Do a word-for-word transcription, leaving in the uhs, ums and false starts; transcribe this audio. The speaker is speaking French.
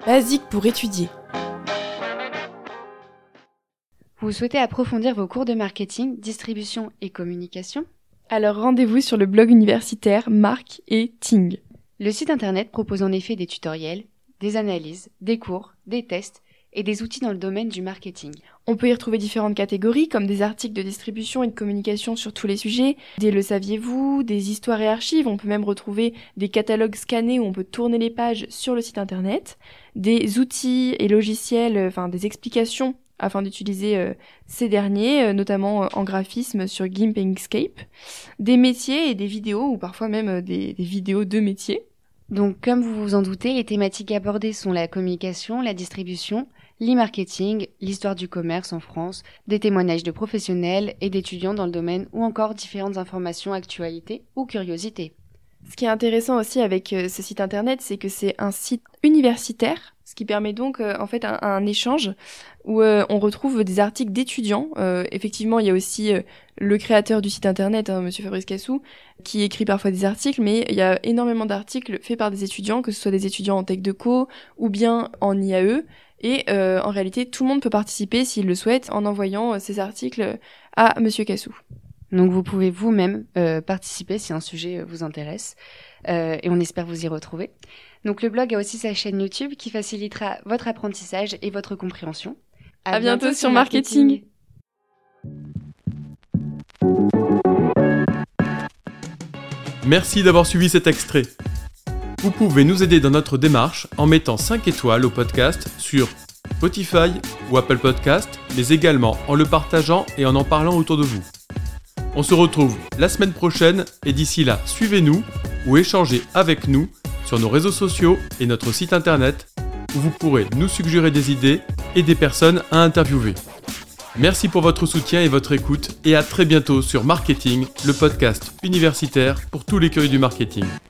basiques pour étudier. Vous souhaitez approfondir vos cours de marketing, distribution et communication ? Alors rendez-vous sur le blog universitaire Mark et Ting. Le site internet propose en effet des tutoriels, des analyses, des cours, des tests et des outils dans le domaine du marketing. On peut y retrouver différentes catégories comme des articles de distribution et de communication sur tous les sujets, des le saviez-vous, des histoires et archives, on peut même retrouver des catalogues scannés où on peut tourner les pages sur le site internet, des outils et logiciels, enfin des explications afin d'utiliser euh, ces derniers, euh, notamment euh, en graphisme sur GIMP et Inkscape, des métiers et des vidéos ou parfois même euh, des, des vidéos de métiers. Donc, comme vous vous en doutez, les thématiques abordées sont la communication, la distribution, l'e-marketing, l'histoire du commerce en France, des témoignages de professionnels et d'étudiants dans le domaine ou encore différentes informations, actualités ou curiosités. Ce qui est intéressant aussi avec euh, ce site internet, c'est que c'est un site universitaire, ce qui permet donc euh, en fait un, un échange où euh, on retrouve des articles d'étudiants. Euh, effectivement, il y a aussi euh, le créateur du site internet, hein, Monsieur Fabrice Cassou, qui écrit parfois des articles, mais il y a énormément d'articles faits par des étudiants, que ce soit des étudiants en tech de co ou bien en I A E. Et euh, en réalité, tout le monde peut participer s'il le souhaite en envoyant euh, ces articles à Monsieur Cassou. Donc vous pouvez vous-même euh, participer si un sujet vous intéresse euh, et on espère vous y retrouver. Donc le blog a aussi sa chaîne YouTube qui facilitera votre apprentissage et votre compréhension. À, à bientôt, bientôt sur Marketing. Merci d'avoir suivi cet extrait. Vous pouvez nous aider dans notre démarche en mettant cinq étoiles au podcast sur Spotify ou Apple Podcast, mais également en le partageant et en en parlant autour de vous. On se retrouve la semaine prochaine et d'ici là, suivez-nous ou échangez avec nous sur nos réseaux sociaux et notre site internet où vous pourrez nous suggérer des idées et des personnes à interviewer. Merci pour votre soutien et votre écoute et à très bientôt sur Marketing, le podcast universitaire pour tous les curieux du marketing.